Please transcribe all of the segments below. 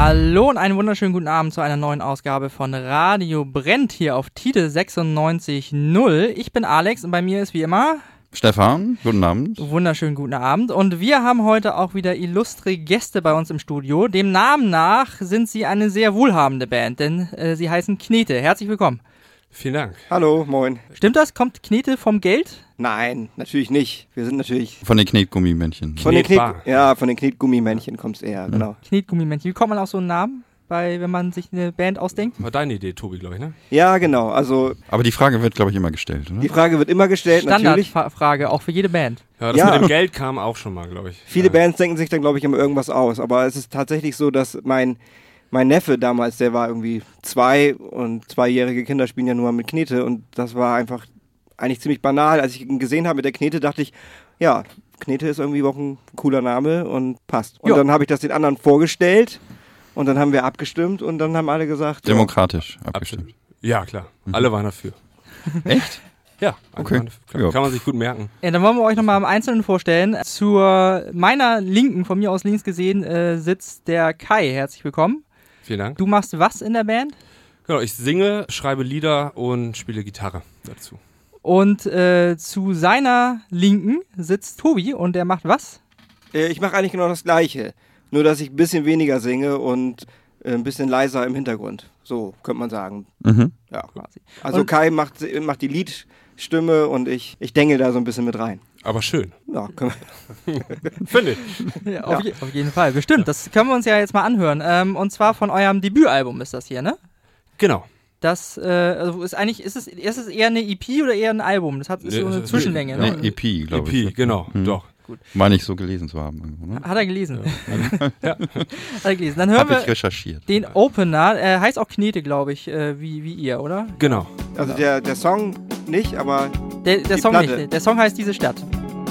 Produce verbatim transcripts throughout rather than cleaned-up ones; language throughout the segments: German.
Hallo und einen wunderschönen guten Abend zu einer neuen Ausgabe von Radio Brennt hier auf Tide sechsundneunzig Komma null. Ich bin Alex und bei mir ist wie immer Stefan, guten Abend. Wunderschönen guten Abend. Und wir haben heute auch wieder illustre Gäste bei uns im Studio. Dem Namen nach sind sie eine sehr wohlhabende Band, denn äh, sie heißen Knete. Herzlich willkommen. Vielen Dank. Hallo, moin. Stimmt das? Kommt Knete vom Geld? Nein, natürlich nicht. Wir sind natürlich... Von den Knetgummimännchen. Von den Knet, ja, von den Knetgummimännchen kommt es eher, mhm. genau. Knetgummimännchen. Wie kommt man auf so einen Namen, bei, wenn man sich eine Band ausdenkt? War deine Idee, Tobi, glaube ich, ne? Ja, genau. Also Aber die Frage wird, glaube ich, immer gestellt, oder? Die Frage wird immer gestellt, natürlich. Standardfrage, auch für jede Band. Ja, das ja. mit dem Geld kam auch schon mal, glaube ich. Viele ja. Bands denken sich dann, glaube ich, immer irgendwas aus. Aber es ist tatsächlich so, dass mein... Mein Neffe damals, der war irgendwie zwei und zweijährige Kinder spielen ja nur mit Knete und das war einfach eigentlich ziemlich banal. Als ich ihn gesehen habe mit der Knete, dachte ich, ja, Knete ist irgendwie auch ein cooler Name und passt. Und jo. dann habe ich das den anderen vorgestellt und dann haben wir abgestimmt und dann haben alle gesagt... Demokratisch ja. abgestimmt. Ja, klar. Mhm. Alle waren dafür. Echt? Ja, okay. Klar. Ja. Kann man sich gut merken. Ja, dann wollen wir euch nochmal im Einzelnen vorstellen. Zu meiner Linken, von mir aus links gesehen, äh, sitzt der Kai. Herzlich willkommen. Vielen Dank. Du machst was in der Band? Genau, ich singe, schreibe Lieder und spiele Gitarre dazu. Und äh, zu seiner Linken sitzt Tobi und der macht was? Äh, ich mache eigentlich genau das Gleiche. Nur, dass ich ein bisschen weniger singe und äh, ein bisschen leiser im Hintergrund. So könnte man sagen. Mhm. Ja, quasi. Also und Kai macht, macht die Liedstimme und ich, ich dengel da so ein bisschen mit rein. Aber schön. Ja, können wir. Finde ich. Ja, auf, ja. Je, auf jeden Fall. Bestimmt. Das können wir uns ja jetzt mal anhören. Ähm, und zwar von eurem Debütalbum ist das hier, ne? Genau. Das äh, also ist eigentlich, ist es, ist es eher eine E P oder eher ein Album? Das hat ist so eine Zwischenlänge, ne? ne? E P, glaube ich. E P, genau. Mhm. Doch. Gut. Meine ich so gelesen zu haben. Irgendwo, ne? Hat er gelesen. Ja. ja. Hat er gelesen. Dann hören Hab wir ich recherchiert. Den Opener. Äh, heißt auch Knete, glaube ich, äh, wie, wie ihr, oder? Genau. Also der, der Song nicht, aber der, der die Song Platte. nicht. Der Song heißt Diese Stadt.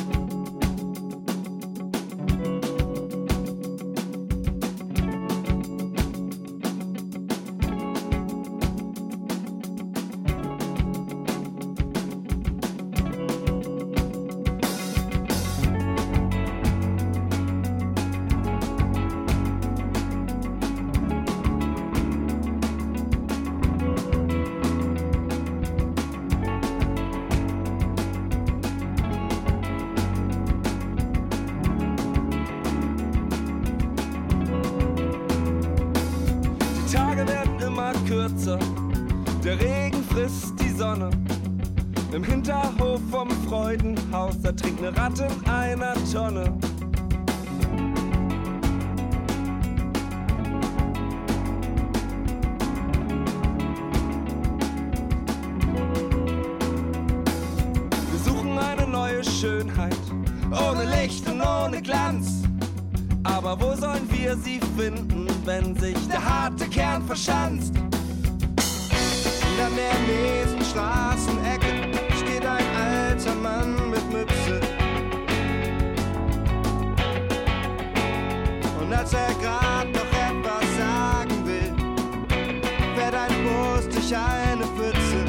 Der Regen frisst die Sonne. Im Hinterhof vom Freudenhaus, da trinkt eine Ratte in einer Tonne. Wir suchen eine neue Schönheit, ohne Licht und ohne Glanz. Aber wo sollen wir sie finden, wenn sich der harte Kern verschanzt? An der nächsten Straßenecke steht ein alter Mann mit Mütze. Und als er grad noch etwas sagen will, fährt ein Bus durch eine Pfütze.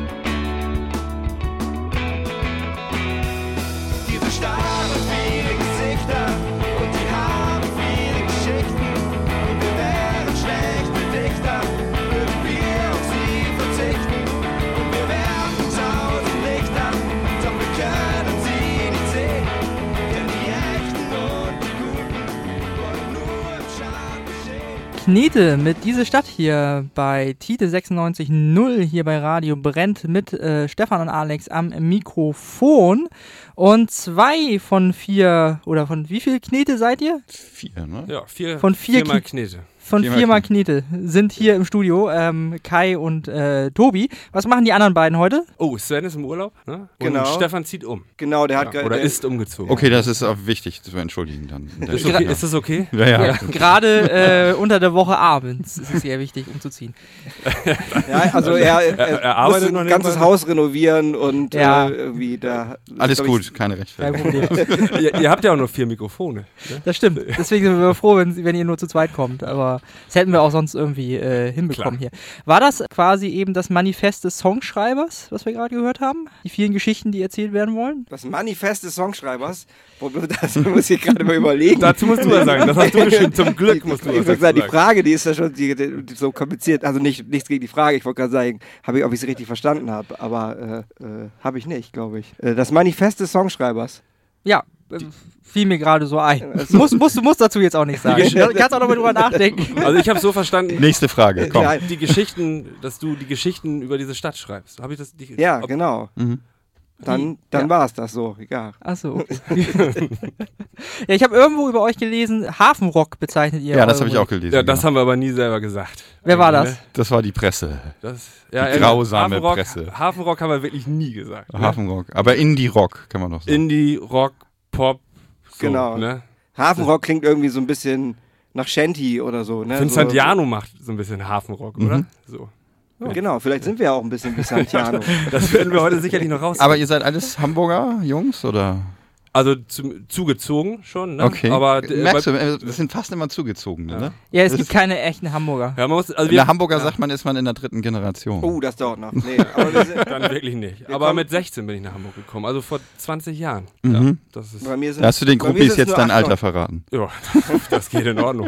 Diese Stadt hat viele Gesichter und die haben viele Geschichten. Und wir wären schlechte Dichter, würden wir auf sie verzichten. Und wir werfen tausend Lichter, doch wir können sie nicht sehen. Denn die Echten und die Guten wollen nur im Schatten stehen. Knete mit Diese Stadt hier bei Tide sechsundneunzig Komma null hier bei Radio Brennt mit äh, Stefan und Alex am Mikrofon. Und zwei von vier, oder von wie viel Knete seid ihr? Vier, ne? Ja, vier, von vier viermal Kn- Knete. Von Viermal viermal Knete sind hier im Studio, ähm, Kai und äh, Tobi. Was machen die anderen beiden heute? Oh, Sven ist im Urlaub, ne? Und Genau. Stefan zieht um. Genau, der hat Ja, gerade... oder der, ist umgezogen. Okay, das ist auch wichtig zu entschuldigen dann. Ist, okay, ist das okay? Ja, ja. Ja, gerade äh, unter der Woche abends ist es sehr wichtig, umzuziehen. Ja, also er, er, Er- er arbeitet muss ein noch ganzes nebenbei. Haus renovieren und Ja. äh, irgendwie da... Alles glaub ich, gut, keine Kein Rechtfertigung. Problem. ihr, ihr habt ja auch nur vier Mikrofone. Ne? Das stimmt. Deswegen sind wir froh, wenn, wenn ihr nur zu zweit kommt. Aber aber das hätten wir auch sonst irgendwie äh, hinbekommen Klar. hier. War das quasi eben das Manifest des Songschreibers, was wir gerade gehört haben? Die vielen Geschichten, die erzählt werden wollen? Das Manifest des Songschreibers, wo- das muss ich gerade mal überlegen. Dazu musst du was sagen. Das hast du geschrieben. Zum Glück musst du Ich was wollte dazu sagen, die sagen. Frage, die ist ja schon die, die, die so kompliziert. Also nicht, nichts gegen die Frage. Ich wollte gerade sagen, habe ich, ob ich es richtig verstanden habe. Aber äh, äh, habe ich nicht, glaube ich. Äh, das Manifest des Songschreibers. Ja, äh, fiel mir gerade so ein. Also- Muss, musst, du musst dazu jetzt auch nicht sagen. Du kannst auch noch mal drüber nachdenken. Also ich habe so verstanden, Nächste Frage, komm. Nein. die Geschichten, dass du die Geschichten über diese Stadt schreibst. Habe ich das? Die, Ja, ob- genau. Mhm. Dann, dann Ja. war es das so. Ja. Achso, okay. Ja, ich habe irgendwo über euch gelesen, Hafenrock bezeichnet ihr. Ja, das eure habe ich auch gelesen. Ja, das genau. haben wir aber nie selber gesagt. Wer war Irgendwie, das? ne? Das war die Presse. Das, ja, Die äh, grausame Hafenrock, Presse. Hafenrock haben wir wirklich nie gesagt. Ne? Hafenrock. Aber Indie-Rock, kann man doch sagen. Indie, Rock, Pop. So, Genau. Ne? Hafenrock klingt irgendwie so ein bisschen nach Shanty oder so. Ne? Vince so, Santiano macht so ein bisschen Hafenrock, oder? Mhm. So. Genau, vielleicht sind wir ja auch ein bisschen wie Santiano. Das werden wir heute sicherlich noch raus. Aber ihr seid alles Hamburger Jungs, oder? Also zum, zugezogen schon, ne? Okay. Aber äh, Merkst bei- du, äh, das sind fast immer Zugezogene, Ja. ne? Ja, es Das gibt ist- keine echten Hamburger. ja, man muss, also In wir, der Hamburger ja, sagt man, ist man in der dritten Generation. Oh, das dauert noch. Nee, aber wir sind, dann wirklich nicht. Wir Aber kommen- mit sechzehn bin ich nach Hamburg gekommen, also vor zwanzig Jahren. Mhm. Ja, das ist, bei mir sind, Da hast du den bei mir Gruppis sind's jetzt nur dein acht, Alter neun. verraten. ja, das geht in Ordnung.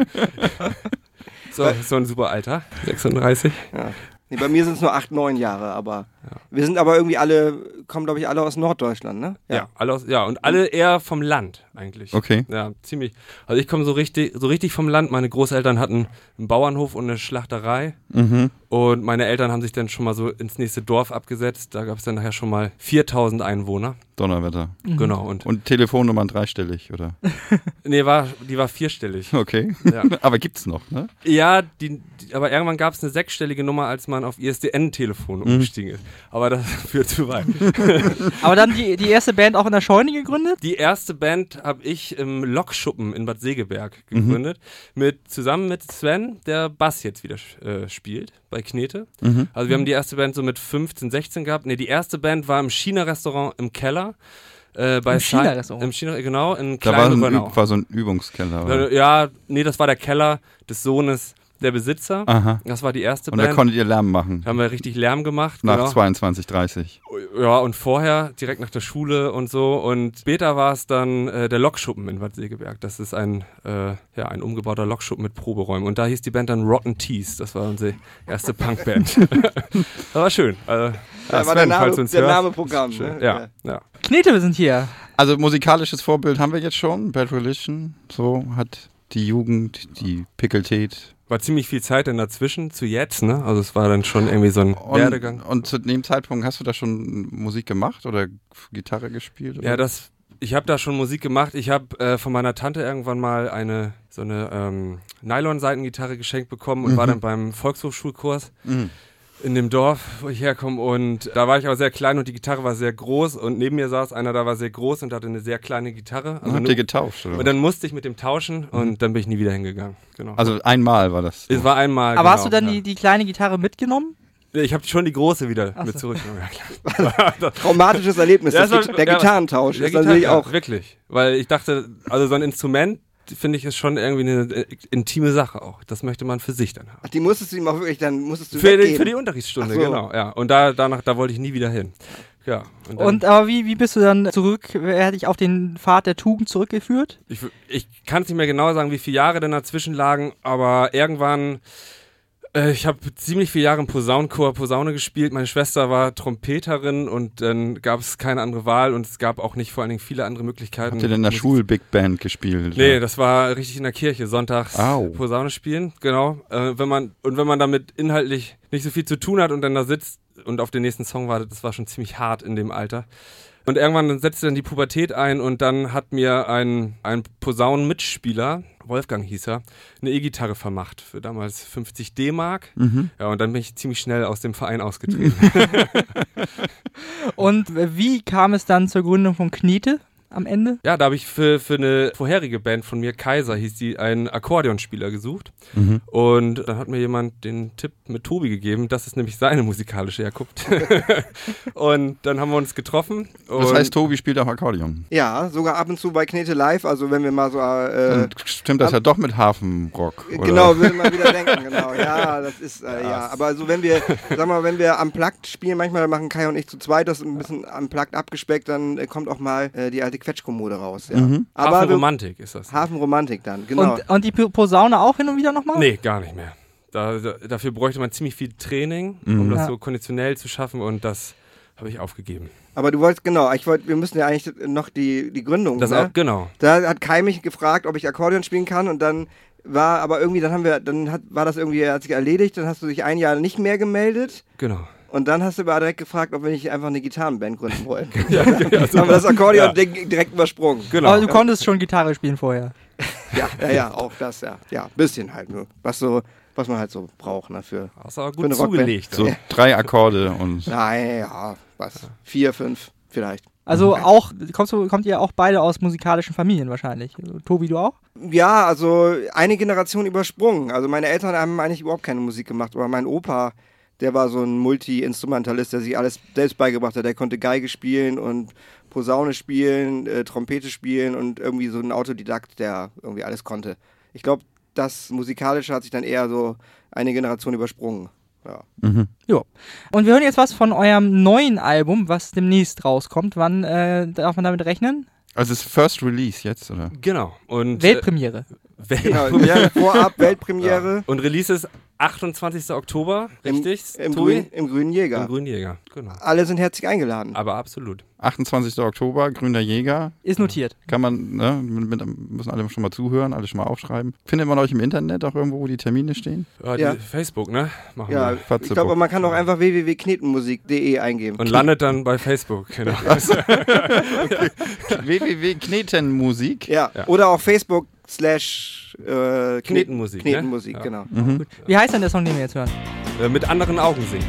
So, so ein super Alter, sechsunddreißig. Ja. Nee, bei mir sind es nur acht, neun Jahre, aber wir sind aber irgendwie alle, kommen glaube ich alle aus Norddeutschland, ne? Ja, alle aus, ja, und alle eher vom Land eigentlich. Okay. Ja, ziemlich. Also ich komme so richtig, so richtig vom Land. Meine Großeltern hatten einen Bauernhof und eine Schlachterei. Mhm. Und meine Eltern haben sich dann schon mal so ins nächste Dorf abgesetzt. Da gab es dann nachher schon mal viertausend Einwohner. Donnerwetter. Genau. Und, Und Telefonnummern dreistellig, oder? nee, war, die war vierstellig. Okay. Ja, Aber gibt's noch, ne? ja die, die, aber irgendwann gab es eine sechsstellige Nummer, als man auf I S D N-Telefon Mhm. umgestiegen ist. Aber das führt zu weit. Aber dann die, die erste Band auch in der Scheune gegründet? Die erste Band habe ich im Lokschuppen in Bad Segeberg Mhm. gegründet, mit, zusammen mit Sven, der Bass jetzt wieder äh, spielt, bei Knete. Mhm. Also wir haben die erste Band so mit fünfzehn, sechzehn gehabt. Ne, die erste Band war im China-Restaurant im Keller. Äh, bei Im Sa- China-Restaurant? Im China, genau, in Da war, ein, Klein-Rönnau. Ü- war so ein Übungskeller. Oder? Ja, nee, das war der Keller des Sohnes der Besitzer. Aha. Das war die erste Und da Band. konntet ihr Lärm machen. Da haben wir richtig Lärm gemacht. Nach genau. zweiundzwanzig, dreißig. Ja, und vorher, direkt nach der Schule und so. Und später war es dann äh, der Lokschuppen in Bad Segeberg. Das ist ein, äh, ja, ein umgebauter Lokschuppen mit Proberäumen. Und da hieß die Band dann Rotten Tees. Das war unsere erste Punkband. Das war schön. Also, Da ja, war der Sven, Name, falls du uns der hörst. Name Programm. Schön. Ne? Ja, ja. Knete, wir sind hier. Also musikalisches Vorbild haben wir jetzt schon. Bad Religion. So hat die Jugend, die Pickeltät. War ziemlich viel Zeit dann dazwischen zu jetzt, ne? Also es war dann schon irgendwie so ein Und, Werdegang. und zu dem Zeitpunkt hast du da schon Musik gemacht oder Gitarre gespielt? Oder? Ja, das, ich habe da schon Musik gemacht. Ich habe äh, von meiner Tante irgendwann mal eine so eine ähm, Nylon-Seitengitarre geschenkt bekommen und Mhm. war dann beim Volkshochschulkurs Mhm. in dem Dorf, wo ich herkomme. Und da war ich aber sehr klein und die Gitarre war sehr groß. Und neben mir saß einer, da war sehr groß und hatte eine sehr kleine Gitarre. Also Habt nur, ihr getauscht? Oder? und dann musste ich mit dem tauschen und dann bin ich nie wieder hingegangen. Genau. Also einmal war das. es war einmal. Aber genau, hast du dann ja. die, die kleine Gitarre mitgenommen? Ich habe schon die große wieder Ach mit so. zurückgenommen. Ja, klar. Traumatisches Erlebnis, Ja, das das war- Git- der ja, Gitarrentausch Der ist natürlich Gitarre, auch. ja, wirklich. Weil ich dachte, also so ein Instrument, finde ich, ist schon irgendwie eine äh, intime Sache auch. Das möchte man für sich dann haben. Ach, die musstest du ihm auch wirklich, dann musstest du Für die, weggeben. für die Unterrichtsstunde, Ach so. genau. Ja. Und da, danach, da wollte ich nie wieder hin. Ja. Und, dann, Und aber wie, wie bist du dann zurück? Wer hat dich auf den Pfad der Tugend zurückgeführt? ich ich kann es nicht mehr genau sagen, wie viele Jahre denn dazwischen lagen, aber irgendwann. Äh, ich habe ziemlich viele Jahre im Posaunenchor Posaune gespielt. Meine Schwester war Trompeterin und dann gab es keine andere Wahl und es gab auch nicht vor allen Dingen viele andere Möglichkeiten. Habt ihr denn in der Musik- Schul-Big Band gespielt? Nee, das war richtig in der Kirche, sonntags Au. Posaune spielen, genau. Äh, wenn man, und wenn man damit inhaltlich nicht so viel zu tun hat und dann da sitzt und auf den nächsten Song wartet, das war schon ziemlich hart in dem Alter. Und irgendwann dann setzte dann die Pubertät ein und dann hat mir ein, ein Posaunenmitspieler, Wolfgang hieß er, eine E-Gitarre vermacht für damals fünfzig D-Mark. Mhm. Ja, und dann bin ich ziemlich schnell aus dem Verein ausgetreten. Und wie kam es dann zur Gründung von Knete? am Ende? Ja, da habe ich für, für eine vorherige Band von mir, Kaiser hieß die, einen Akkordeonspieler gesucht. Mhm. Und dann hat mir jemand den Tipp mit Tobi gegeben, das ist nämlich seine musikalische Herkunft. Und dann haben wir uns getroffen. Das und heißt, Tobi spielt auch Akkordeon. Ja, sogar ab und zu bei Knete Live, also wenn wir mal so... Äh, Dann stimmt das ja doch mit Hafenrock, oder? Genau, würde man wieder denken, genau. Ja, das ist, äh, ja. Aber also wenn wir, sag mal, wenn wir am Plugged spielen, manchmal machen Kai und ich zu zweit, das ist ein bisschen am Plugged abgespeckt, dann äh, kommt auch mal äh, die alte Quetschkommode raus. Ja. Mhm. Aber wir- Hafenromantik ist das. Hafenromantik dann, genau. Und, und die P- Posaune auch hin und wieder nochmal? Nee, gar nicht mehr. Da, da, dafür bräuchte man ziemlich viel Training, um Mhm. das Ja. so konditionell zu schaffen und das habe ich aufgegeben. Aber du wolltest, genau, ich wollte, wir müssen ja eigentlich noch die, die Gründung, Das ne? auch, genau. Da hat Kai mich gefragt, ob ich Akkordeon spielen kann und dann war aber irgendwie, dann haben wir, dann hat, war das irgendwie, hat sich erledigt, dann hast du dich ein Jahr nicht mehr gemeldet Genau. und dann hast du aber direkt gefragt, ob wir nicht einfach eine Gitarrenband gründen wollen. ja, dann haben wir das Akkordeon Ja. direkt übersprungen. Genau. Aber du konntest schon Gitarre spielen vorher. Ja, ja, ja, auch das, ja. Ja, bisschen halt nur. Was so, was man halt so braucht, ne, für. Hast aber Für gut eine Rockband. zugelegt. So drei Akkorde und Nein, ja, was? Vier, fünf, vielleicht. Also auch, kommst du, kommt ihr auch beide aus musikalischen Familien wahrscheinlich? Tobi, du auch? Ja, also eine Generation übersprungen. Also meine Eltern haben eigentlich überhaupt keine Musik gemacht, aber mein Opa, der war so ein Multi-Instrumentalist, der sich alles selbst beigebracht hat. Der konnte Geige spielen und Posaune spielen, äh, Trompete spielen und irgendwie so ein Autodidakt, der irgendwie alles konnte. Ich glaube, das Musikalische hat sich dann eher so eine Generation übersprungen. Ja. mhm. Jo. Und wir hören jetzt was von eurem neuen Album, was demnächst rauskommt. Wann äh, darf man damit rechnen? Also es ist First Release jetzt, oder? Genau. Und, Weltpremiere. Äh, Welt Genau, ja, vorab Weltpremiere Ja. Und Release ist achtundzwanzigster Oktober, im, richtig? im, Tobi? Grün, im Grünen Jäger. Im Grünjäger, genau. Alle sind herzlich eingeladen. Aber absolut. achtundzwanzigster Oktober, Grüner Jäger. Ist notiert. Kann man, ne, mit, mit, müssen alle schon mal zuhören, alle schon mal aufschreiben. Findet man euch im Internet auch irgendwo, wo die Termine stehen? Ja, Ja. die Facebook, ne? Machen Ja, wir. Fatze ich glaube, Bock. man kann auch einfach w w w punkt knetenmusik punkt d e eingeben. Und landet dann bei Facebook, genau. w w w punkt knetenmusik. Ja, Ja. oder auch Facebook slash äh, Knetenmusik, ne? Knetenmusik, Ja. genau. Mhm. Wie heißt denn der Song, den wir jetzt hören? Äh, mit anderen Augen singen.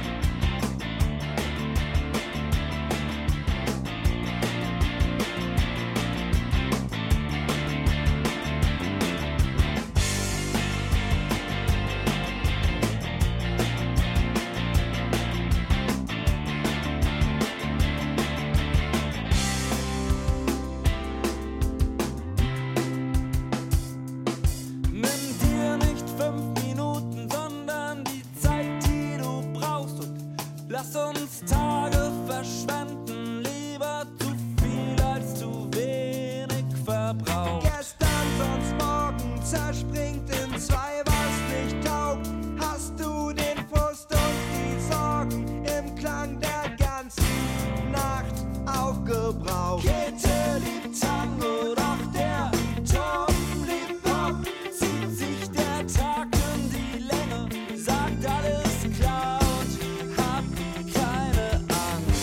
Nimm dir nicht fünf Minuten, sondern die Zeit, die du brauchst und lass uns Tage verschwenden, lieber zu viel als zu wenig verbraucht. Gestern, sonst morgen zerspringt in zwei, was nicht taugt. Hast du den Frust und die Sorgen im Klang der ganzen Nacht aufgebraucht? Käthe liebt Tango, doch der Tom liebt Pop. Zieht sich der Tag in die Länge, sagt alles klar und hab keine Angst.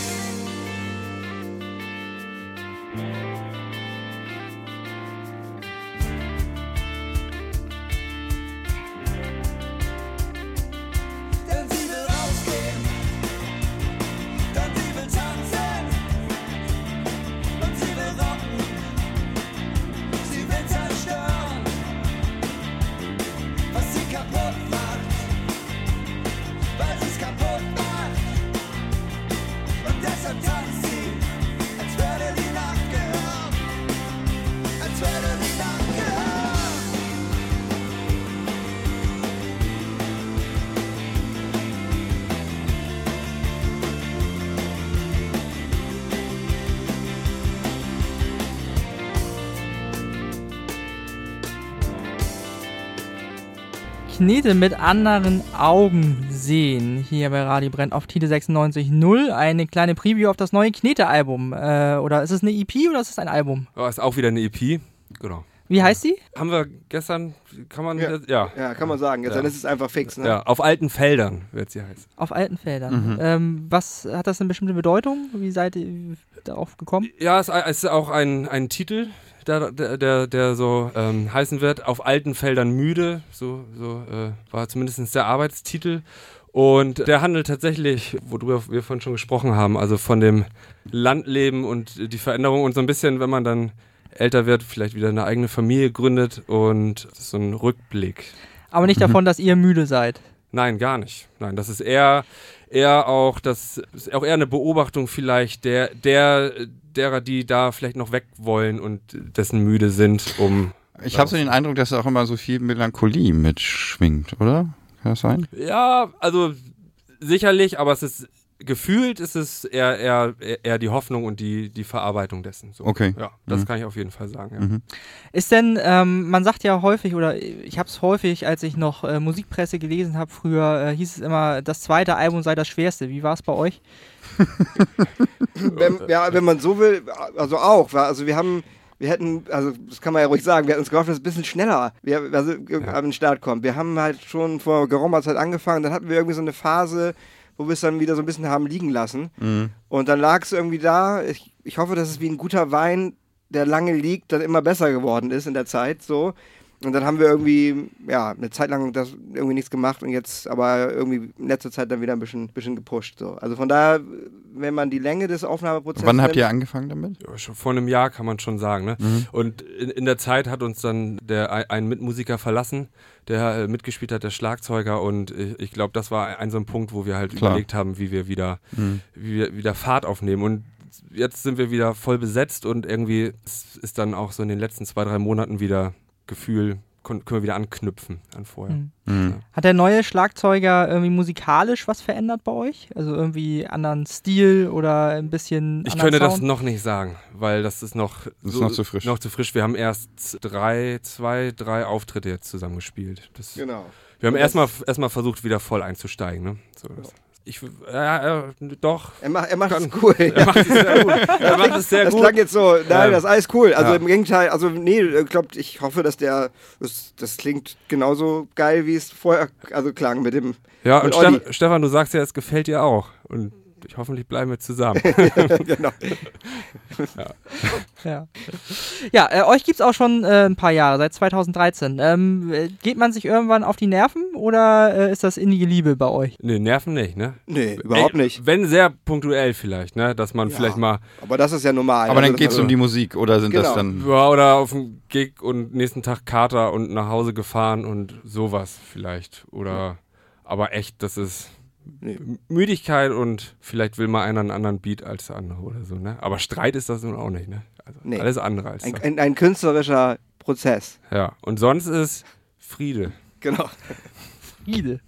Denn sie will rausgehen, denn sie will tanzen und sie will rocken, sie will zerstören, was sie kaputt macht, weil sie's kaputt macht. Und deshalb tanzt sie, als würde die Nacht gehören, als würde die Nacht gehören. Knete mit anderen Augen sehen. Hier bei Radio Brennt auf Tide sechsundneunzig Komma null. Eine kleine Preview auf das neue Knete-Album. Äh, oder ist es eine E P oder ist es ein Album? Oh, ist auch wieder eine E P. Genau. Wie heißt die? Haben wir gestern, kann man, Ja. ja, ja, Ja, kann man sagen. Jetzt Ja. dann ist es einfach fix, ne? ja auf alten Feldern wird sie heißen. Auf alten Feldern. Mhm. Ähm, was hat das eine bestimmte Bedeutung? Wie seid ihr darauf gekommen? Ja, es es ist auch ein, ein Titel, der, der, der, der so ähm, heißen wird, auf alten Feldern müde, so, so äh, war zumindest der Arbeitstitel. Und der handelt tatsächlich, worüber wir vorhin schon gesprochen haben, also von dem Landleben und die Veränderung und so ein bisschen, wenn man dann älter wird, vielleicht wieder eine eigene Familie gründet und so ein Rückblick. Aber nicht davon, dass ihr müde seid. Nein, gar nicht. Nein, das ist eher, eher auch, das ist auch eher eine Beobachtung vielleicht der, der, derer, die da vielleicht noch weg wollen und dessen müde sind, um... Ich habe so den Eindruck, dass da auch immer so viel Melancholie mitschwingt, oder? Kann das sein? Ja, also sicherlich, aber es ist gefühlt ist es eher, eher, eher die Hoffnung und die, die Verarbeitung dessen. So. Okay. Ja, das Mhm. kann ich auf jeden Fall sagen. Ja. Mhm. Ist denn, ähm, man sagt ja häufig, oder ich habe es häufig, als ich noch äh, Musikpresse gelesen habe früher, äh, hieß es immer, das zweite Album sei das schwerste. Wie war es bei euch? wenn, ja, wenn man so will, also auch. Also wir haben, wir hätten, also das kann man ja ruhig sagen, wir hätten uns gehofft, dass es ein bisschen schneller wir, also, ja. an den Start kommt. Wir haben halt schon vor geraumer Zeit angefangen, dann hatten wir irgendwie so eine Phase, wo wir es dann wieder so ein bisschen haben liegen lassen. Mhm. Und dann lag es irgendwie da. Ich, ich hoffe, dass es wie ein guter Wein, der lange liegt, dann immer besser geworden ist in der Zeit. So. Und dann haben wir irgendwie, ja, eine Zeit lang das irgendwie nichts gemacht und jetzt aber irgendwie in letzter Zeit dann wieder ein bisschen, bisschen gepusht. So. Also von daher, wenn man die Länge des Aufnahmeprozesses... Wann habt ihr angefangen damit? Ja, schon vor einem Jahr kann man schon sagen. Ne? Mhm. Und in, in der Zeit hat uns dann der, ein Mitmusiker verlassen, der äh, mitgespielt hat, der Schlagzeuger. Und ich, ich glaube, das war ein so ein Punkt, wo wir halt Klar. überlegt haben, wie wir wieder, Mhm. wie wir wieder Fahrt aufnehmen. Und jetzt sind wir wieder voll besetzt und irgendwie ist, ist dann auch so in den letzten zwei, drei Monaten wieder Gefühl... können wir wieder anknüpfen an vorher. Mhm. Mhm. Ja. Hat der neue Schlagzeuger irgendwie musikalisch was verändert bei euch? Also irgendwie anderen Stil oder ein bisschen Ich anderen könnte das Sound? noch nicht sagen, weil das ist noch, Das ist noch zu frisch. Noch zu frisch. Wir haben erst drei, zwei, drei Auftritte jetzt zusammen gespielt. Das, Genau. wir haben Das- erstmal erstmal versucht, wieder voll einzusteigen. Ne? So, das, ich, ja, äh, doch. Er macht, er macht Kann- es cool. Er macht es sehr gut. Er macht es sehr das gut. klang jetzt so, nein, Ähm, das ist alles cool. Also ja. im Gegenteil, also nee, ich glaube, ich hoffe, dass der, das, das klingt genauso geil, wie es vorher also klang mit dem, Ja, und mit Olli. Steff, Stefan, du sagst ja, es gefällt dir auch. Und ich, hoffentlich bleiben wir zusammen. genau. Ja, ja äh, euch gibt es auch schon äh, ein paar Jahre, seit zweitausenddreizehn. Ähm, äh, geht man sich irgendwann auf die Nerven oder äh, ist das innige Liebe bei euch? Nee, Nerven nicht, ne? Nee, überhaupt Ey, nicht. Wenn sehr punktuell vielleicht, ne? Dass man Ja. vielleicht mal Aber das ist ja normal. Aber Also dann das- geht es um die Musik, oder sind das Genau. dann... ja, oder auf einen Gig und nächsten Tag Kater und nach Hause gefahren und sowas vielleicht. Oder aber echt, das ist Nee. M- Müdigkeit und vielleicht will mal einer einen anderen Beat als der andere oder so, ne? Aber Streit ist das nun auch nicht, ne? Also Nee. alles andere als ein, das. ein, ein künstlerischer Prozess. Ja, und sonst ist Friede. Genau. Friede.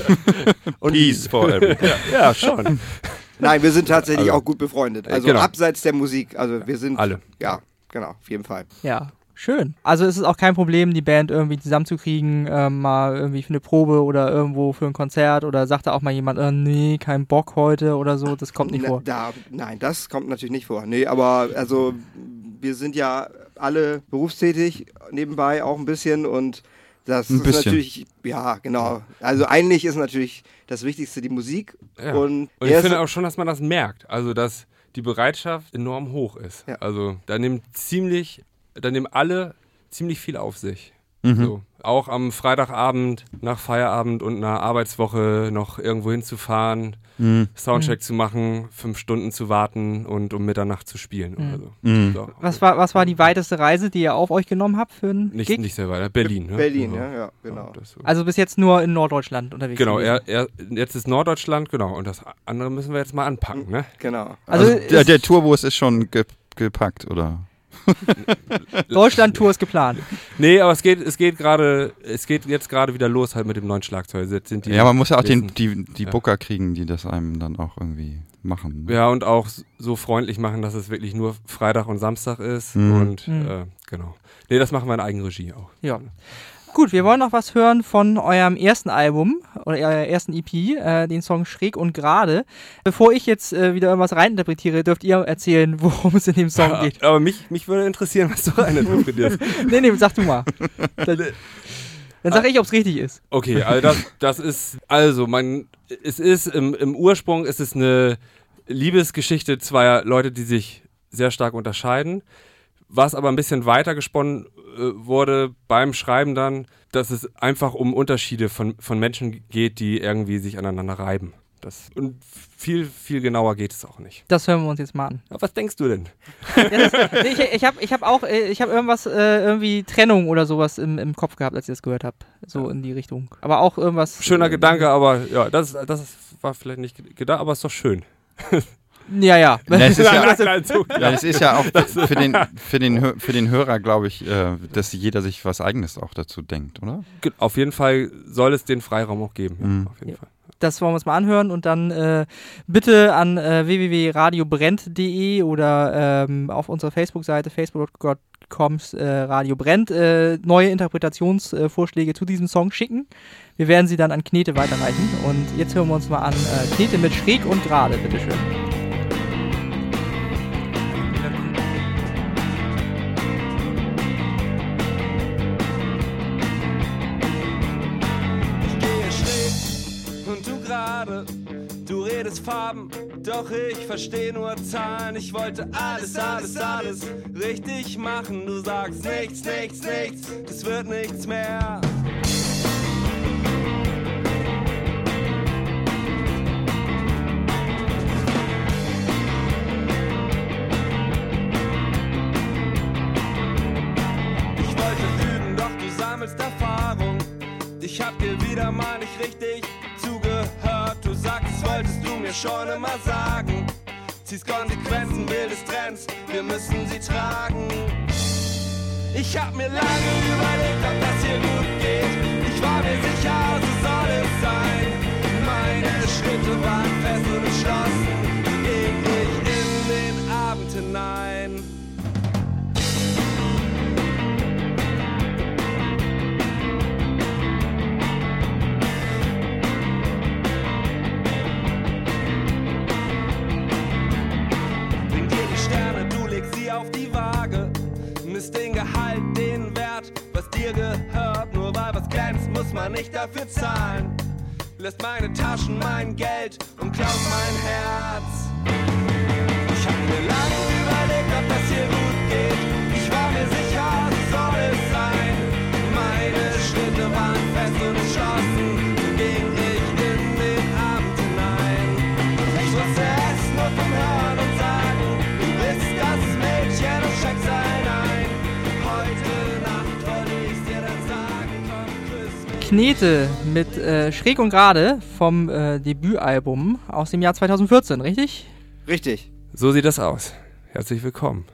Und Peace for everyone. ja, ja, schon. Nein, wir sind tatsächlich Also, auch gut befreundet. äh, Also genau. abseits der Musik. Also wir sind. Alle. Ja, genau, auf jeden Fall. Ja, schön. Also es ist auch kein Problem, die Band irgendwie zusammenzukriegen, ähm, mal irgendwie für eine Probe oder irgendwo für ein Konzert oder sagt da auch mal jemand, äh, nee, kein Bock heute oder so, das kommt nicht Na, vor. Da, nein, das kommt natürlich nicht vor. Nee, aber also wir sind ja alle berufstätig nebenbei auch ein bisschen und das Ein ist bisschen. natürlich, ja, genau. Also eigentlich ist natürlich das Wichtigste die Musik Ja. und, Und ich erst- finde auch schon, dass man das merkt. Also, dass die Bereitschaft enorm hoch ist. Ja. Also, da nimmt ziemlich, da nehmen alle ziemlich viel auf sich. Mhm. So. Auch am Freitagabend nach Feierabend und einer Arbeitswoche noch irgendwo hinzufahren, Mhm. Soundcheck zu machen, fünf Stunden zu warten und um Mitternacht zu spielen Mhm. oder so. Mhm. so. Was war, was war die weiteste Reise, die ihr auf euch genommen habt für einen Nicht, Gig? nicht sehr weit. Berlin, ne? Berlin, Also, ja, ja, genau. das so. Also bis jetzt nur in Norddeutschland unterwegs Genau, gewesen. er, er, jetzt ist Norddeutschland, genau. Und das andere müssen wir jetzt mal anpacken, ne? Genau. Also, Also, der, ist- der Tourbus ist schon ge gepackt, oder? Deutschland-Tour ist geplant. Nee, aber es geht, es geht gerade, es geht jetzt gerade wieder los halt mit dem neuen Schlagzeug. Jetzt sind die Ja, man muss ja auch den, nächsten- die, die Ja. Booker kriegen, die das einem dann auch irgendwie machen. Ja, und auch s- so freundlich machen, dass es wirklich nur Freitag und Samstag ist. Mhm. Und Mhm. äh, genau. Nee, das machen wir in Eigenregie auch. Ja. Gut, wir wollen noch was hören von eurem ersten Album oder eurer ersten E P, äh, den Song Schräg und Gerade. Bevor ich jetzt äh, wieder irgendwas reininterpretiere, dürft ihr erzählen, worum es in dem Song geht. Aber mich, mich würde interessieren, was du reininterpretierst. Nee, nee, sag du mal. Dann, dann sag ich, ob es richtig ist. Okay, also das, das ist, also man, es ist, im, im Ursprung ist es eine Liebesgeschichte zweier Leute, die sich sehr stark unterscheiden, was aber ein bisschen weiter gesponnen äh, wurde beim Schreiben dann, dass es einfach um Unterschiede von, von Menschen geht, die irgendwie sich aneinander reiben. Das, und viel, viel genauer geht es auch nicht. Das hören wir uns jetzt mal an. Aber was denkst du denn? Ja, das, nee, ich ich habe ich hab auch, äh, ich habe irgendwas, äh, irgendwie Trennung oder sowas im, im Kopf gehabt, als ich das gehört habe. So in die Richtung. Aber auch irgendwas. Schöner äh, Gedanke, aber ja, das, das war vielleicht nicht gedacht, aber ist doch schön. Ja, ja. Das ist ja, Nein, so, ja, das ist ja auch für den, für den, Hö- für den Hörer, glaube ich, äh, dass jeder sich was Eigenes auch dazu denkt, oder? Auf jeden Fall soll es den Freiraum auch geben. Ja, Mhm. auf jeden Ja. Fall. Das wollen wir uns mal anhören und dann äh, bitte an äh, w w w punkt radio brennt punkt d e oder ähm, auf unserer Facebook-Seite facebook punkt com äh, Radio Brennt äh, neue Interpretationsvorschläge äh, zu diesem Song schicken. Wir werden sie dann an Knete weiterreichen und jetzt hören wir uns mal an äh, Knete mit Schräg und Gerade, bitteschön. Und du gerade, du redest Farben, doch ich verstehe nur Zahlen. Ich wollte alles, alles, alles richtig machen. Du sagst nichts, nichts, nichts, das wird nichts mehr. Ich wollte üben, doch du sammelst Erfahrung. Ich hab dir wieder mal nicht richtig zugehört. Du sagst, wolltest du mir schon immer sagen. Ziehst Konsequenzen, bildest Trends, wir müssen sie tragen. Ich hab mir lange überlegt, ob das hier gut geht. Ich war mir sicher, so soll es sein. Meine Schritte waren fest und entschlossen. Ging ich in den Abend hinein. Auf die Waage, misst den Gehalt, den Wert, was dir gehört. Nur weil was glänzt, muss man nicht dafür zahlen. Lässt meine Taschen mein Geld und klaut mein Herz. Ich hab mir lange überlegt, ob das hier gut geht. Ich war mir sicher, so soll es sein. Meine Schritte waren fest und entschlossen. So ging ich in den Abend hinein. Ich wusste es nur vom Hören und Sagen. Du bist das Mädchen und steckst ein ein. Heute Nacht wollte ich's dir dann sagen. Komm, küss mich. Knete mit äh, Schräg und Gerade vom äh, Debütalbum aus dem Jahr zweitausendvierzehn, richtig? Richtig. So sieht das aus. Herzlich willkommen.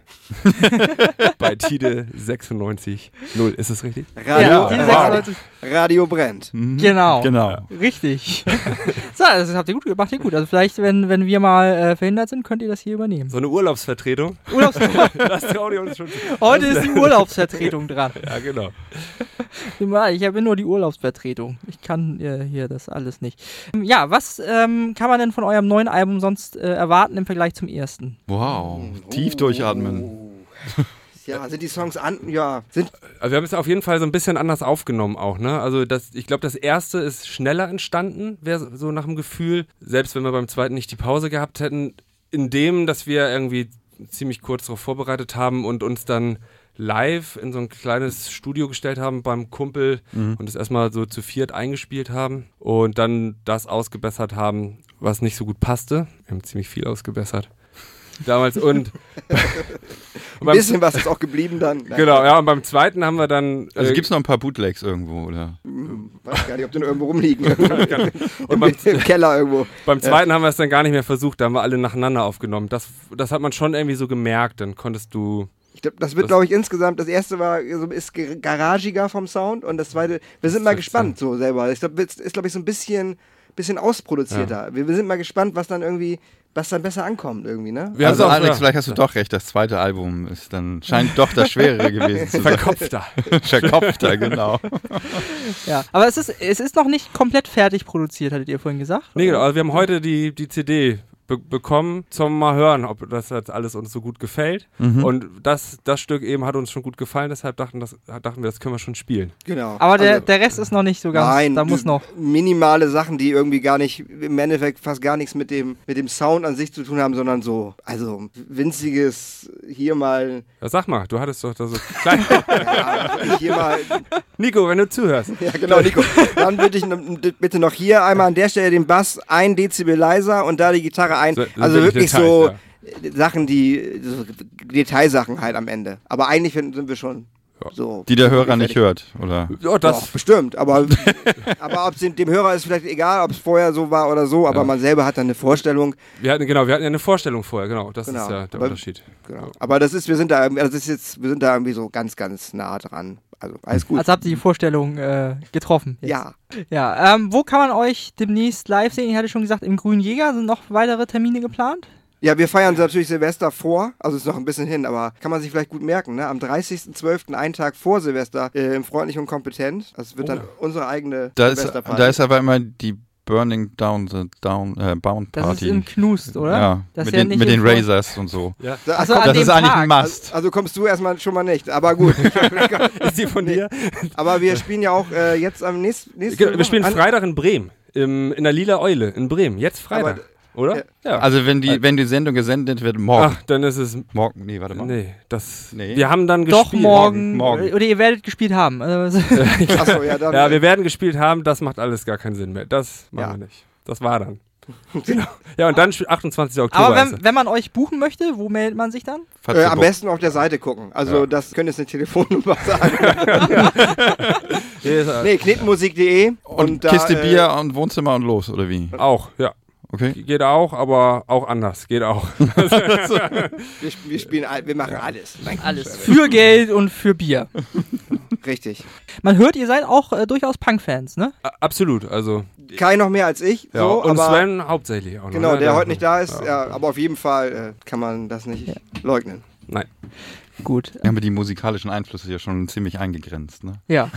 Bei Tide sechsundneunzig null. Ist es richtig? Radio, Ja, die wow. sechsundneunzig Radio brennt. Mhm. Genau. Genau. Richtig. So, das habt ihr gut gemacht, ihr gut. Also vielleicht, wenn, wenn wir mal äh, verhindert sind, könnt ihr das hier übernehmen. So eine Urlaubsvertretung. Urlaubs Das traut ihr uns schon. Heute ist die Urlaubsvertretung dran. Ja, genau. Ich habe nur die Urlaubsvertretung. Ich kann äh, hier das alles nicht. Ja, was ähm, kann man denn von eurem neuen Album sonst äh, erwarten im Vergleich zum ersten? Wow. Tief durchatmen. Ja, sind die Songs an? Ja, sind. Also wir haben es auf jeden Fall so ein bisschen anders aufgenommen auch, ne? Also das, ich glaube, das erste ist schneller entstanden, wäre so nach dem Gefühl. Selbst wenn wir beim zweiten nicht die Pause gehabt hätten, in dem, dass wir irgendwie ziemlich kurz darauf vorbereitet haben und uns dann live in so ein kleines Studio gestellt haben beim Kumpel Mhm. und es erstmal so zu viert eingespielt haben und dann das ausgebessert haben, was nicht so gut passte. Wir haben ziemlich viel ausgebessert damals und, und Ein beim, bisschen was ist auch geblieben dann. Nein, genau, ja, und beim zweiten haben wir dann Also äh, gibt's noch ein paar Bootlegs irgendwo, oder? Weiß gar nicht, ob die noch irgendwo rumliegen. und Im, beim, Im Keller irgendwo. beim zweiten haben wir es dann gar nicht mehr versucht, da haben wir alle nacheinander aufgenommen. Das, das hat man schon irgendwie so gemerkt, dann konntest du... Ich glaub, das wird, Das- glaube ich, insgesamt, das erste war so ist ge- garagiger vom Sound und das zweite, wir sind mal Das gespannt so selber. Ich glaube, ist, glaube ich, so ein bisschen, bisschen ausproduzierter. Wir, wir sind mal gespannt, was dann irgendwie, was dann besser ankommt irgendwie, ne? Wir also haben's auch- Alex, ja. vielleicht hast du doch recht, das zweite Album ist dann, scheint doch das Schwerere gewesen zu sein. Verkopfter. Verkopfter, genau. Ja, aber es ist, es ist noch nicht komplett fertig produziert, hattet ihr vorhin gesagt? Nee, genau, also wir haben heute die, die C D be- bekommen zum mal hören, ob das jetzt alles uns so gut gefällt. Mhm. Und das, das Stück eben hat uns schon gut gefallen, deshalb dachten, das, dachten wir, das können wir schon spielen. Genau. Aber der, Also- der Rest ist noch nicht so ganz, Nein, da muss noch. minimale Sachen, die irgendwie gar nicht, im Endeffekt fast gar nichts mit dem, mit dem Sound an sich zu tun haben, sondern so, also winziges, hier mal, Ja, sag mal, du hattest doch da so klein. ja, hier mal, Nico, wenn du zuhörst. ja genau, Nico, dann bitte ich n- bitte noch hier einmal an der Stelle den Bass ein Dezibel leiser und da die Gitarre ein, So- also wirklich Details, so ja. Sachen, die, so Detailsachen halt am Ende. Aber eigentlich finden- sind wir schon Ja. so. Die der Hörer nicht fertig. hört, oder? Ja, Das das, bestimmt, aber, aber ob es dem Hörer ist vielleicht egal, ob es vorher so war oder so, aber Ja. man selber hat dann eine Vorstellung. wir hatten, genau, wir hatten ja eine Vorstellung vorher, genau, das Genau. ist ja der Aber- Unterschied. Genau. Aber das ist, wir sind da, irgendwie- das ist jetzt, wir sind da irgendwie so ganz, ganz nah dran. Also alles gut. Also habt ihr die Vorstellung äh, getroffen. Jetzt. Ja, Ja, ähm, wo kann man euch demnächst live sehen? Ich hatte schon gesagt, im Grünen Jäger sind noch weitere Termine geplant. ja, wir feiern natürlich Silvester vor, also ist noch ein bisschen hin, aber kann man sich vielleicht gut merken, ne? Am dreißigsten zwölften, einen Tag vor Silvester, äh, im Freundlich und Kompetent. Das wird Oh dann ja. unsere eigene Da ist, Silvesterparty. da ist aber immer die Burning Down the Down, äh, Bound Das Party. ist im Knust, oder? Ja, Das mit ist ja den, nicht mit im den Vor- Razors und so. Ja. Da, Also komm, an Das dem ist eigentlich Tag. ein Must. also, also kommst du erstmal schon mal nicht, aber gut. Ist die von dir? Aber wir spielen ja auch äh, jetzt am nächsten, nächsten Genau, wir spielen an- Freitag in Bremen, im, in der Lila Eule in Bremen, jetzt Freitag, oder? ja. Ja. Also wenn die, wenn die Sendung gesendet wird, morgen. Ach, dann ist es, Morgen, nee, warte mal. nee, das, Nee. wir haben dann Doch, gespielt. morgen, Morgen. Oder ihr werdet gespielt haben. Also, Achso, ja, dann. Ja, wir werden gespielt haben, das macht alles gar keinen Sinn mehr. Das machen Ja. wir nicht. Das war dann. Genau. Ja, und dann spielt achtundzwanzigsten Oktober. aber ist wenn, wenn man euch buchen möchte, wo meldet man sich dann? Falls Äh, ihr am Bock- besten auf der Seite gucken. Also Ja. das können jetzt eine Telefonnummer sagen. es. Nee, ist, äh, nee, knetenmusik punkt de Und, da, Kiste äh, Bier und Wohnzimmer und los, oder wie? Auch, ja. Okay. Geht auch, aber auch anders. Geht auch. Wir, sp- wir spielen, all- wir machen alles. Alles. Für Geld und für Bier. Richtig. Man hört, ihr seid auch äh, durchaus Punk-Fans, ne? A- Absolut, also. Kai noch mehr als ich. Ja, so, und aber Sven hauptsächlich auch noch. Genau, ne? der heute nicht da ist. Ja. Ja, aber auf jeden Fall äh, kann man das nicht leugnen. Nein. Gut. Wir haben die musikalischen Einflüsse hier schon ziemlich eingegrenzt, ne? Ja.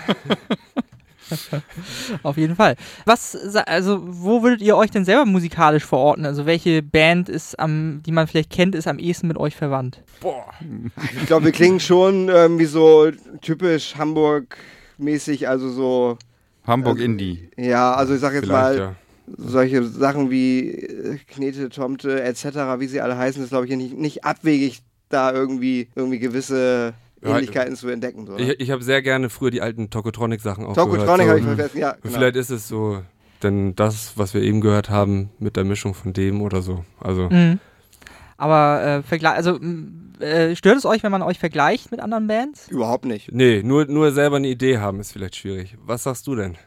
Auf jeden Fall. Was, sa- also, wo würdet ihr euch denn selber musikalisch verorten? Also, welche Band ist am, die man vielleicht kennt, ist am ehesten mit euch verwandt? Boah. Ich glaube, wir klingen schon irgendwie so typisch Hamburg-mäßig, also so, Hamburg Also- Indie. ja, also ich sag jetzt Vielleicht, mal, ja. solche Sachen wie äh, Knete, Tomte et cetera, wie sie alle heißen, ist glaube ich nicht, nicht abwegig, da irgendwie, irgendwie gewisse Ja, Ähnlichkeiten zu entdecken. So, ne? Ich, ich habe sehr gerne früher die alten Tokotronic-Sachen auch Tokotronic gehört. habe ich so. vergessen, ja. Und Genau. Vielleicht ist es so, denn das, was wir eben gehört haben, mit der Mischung von dem oder so. Also, Mhm. Aber, äh, vergle- also, m- äh, stört es euch, wenn man euch vergleicht mit anderen Bands? Überhaupt nicht. nee, nur, nur selber eine Idee haben ist vielleicht schwierig. Was sagst du denn?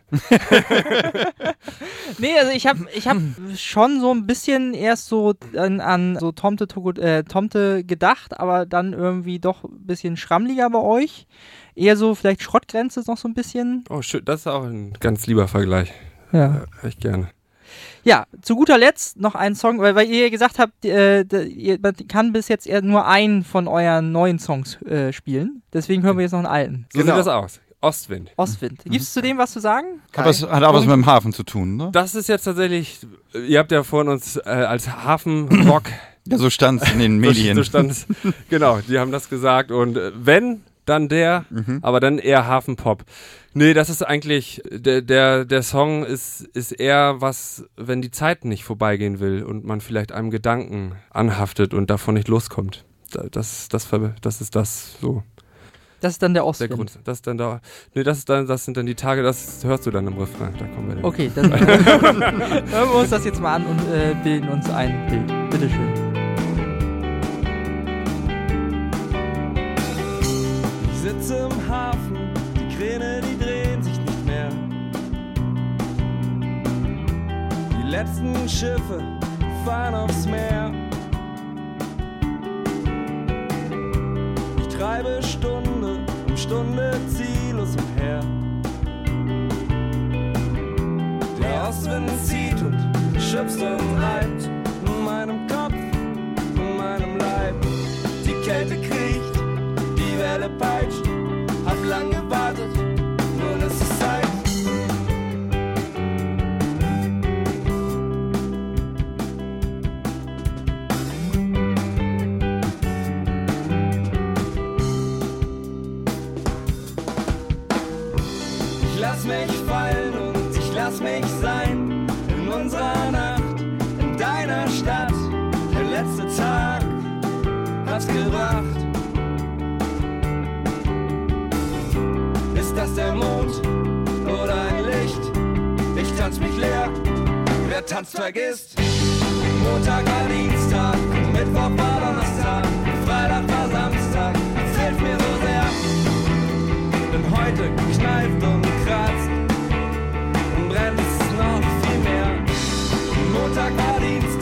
Nee, also ich habe ich hab schon so ein bisschen erst so an, an so Tomte, Togo- äh, Tomte gedacht, aber dann irgendwie doch ein bisschen schrammliger bei euch. Eher so vielleicht Schrottgrenze ist noch so ein bisschen. Oh, schön, das ist auch ein ganz lieber Vergleich. Ja. Ja, echt gerne. Ja, zu guter Letzt noch ein Song, weil, weil ihr gesagt habt, äh, d- ihr, man kann bis jetzt eher nur einen von euren neuen Songs äh, spielen. Deswegen hören wir jetzt noch einen alten. So Genau. sieht das aus. Ostwind. Ostwind. Gibt es zu dem was zu sagen? Hat, was, hat auch was mit dem Hafen zu tun, ne? Das ist jetzt tatsächlich, ihr habt ja vorhin uns äh, als Hafenrock Ja, so stand es in den Medien. so stand's. Genau, die haben das gesagt und äh, wenn, dann der, Mhm. aber dann eher Hafenpop. Nee, das ist eigentlich, der, der, der Song ist, ist eher was, wenn die Zeit nicht vorbeigehen will und man vielleicht einem Gedanken anhaftet und davon nicht loskommt. Da- Das, das, ver- das ist das so, Das ist dann der der Ostwind. Grund. Das ist dann da, nee, das ist dann, das sind dann die Tage, das hörst du dann im Refrain, da kommen wir dann. Okay, dann hören wir uns das jetzt mal an und äh, bilden uns ein Bild. Bitteschön. Ich sitze im Hafen, die Kräne, die drehen sich nicht mehr. Die letzten Schiffe fahren aufs Meer. Ich treibe Stunde um Stunde ziellos umher. Der Ostwind zieht und schubst und reibt in meinem Kopf, in meinem Leib. Die Kälte kriecht, die Welle peitscht, hab lang gewartet, nun ist es Zeit. was gebracht? Ist das der Mond oder ein Licht? Ich tanz mich leer, wer tanzt, vergisst. Montag war Dienstag, Mittwoch war Donnerstag, Freitag war Samstag, es fehlt mir so sehr. Denn heute kneift und kratzt und brennt es noch viel mehr. Montag war Dienstag,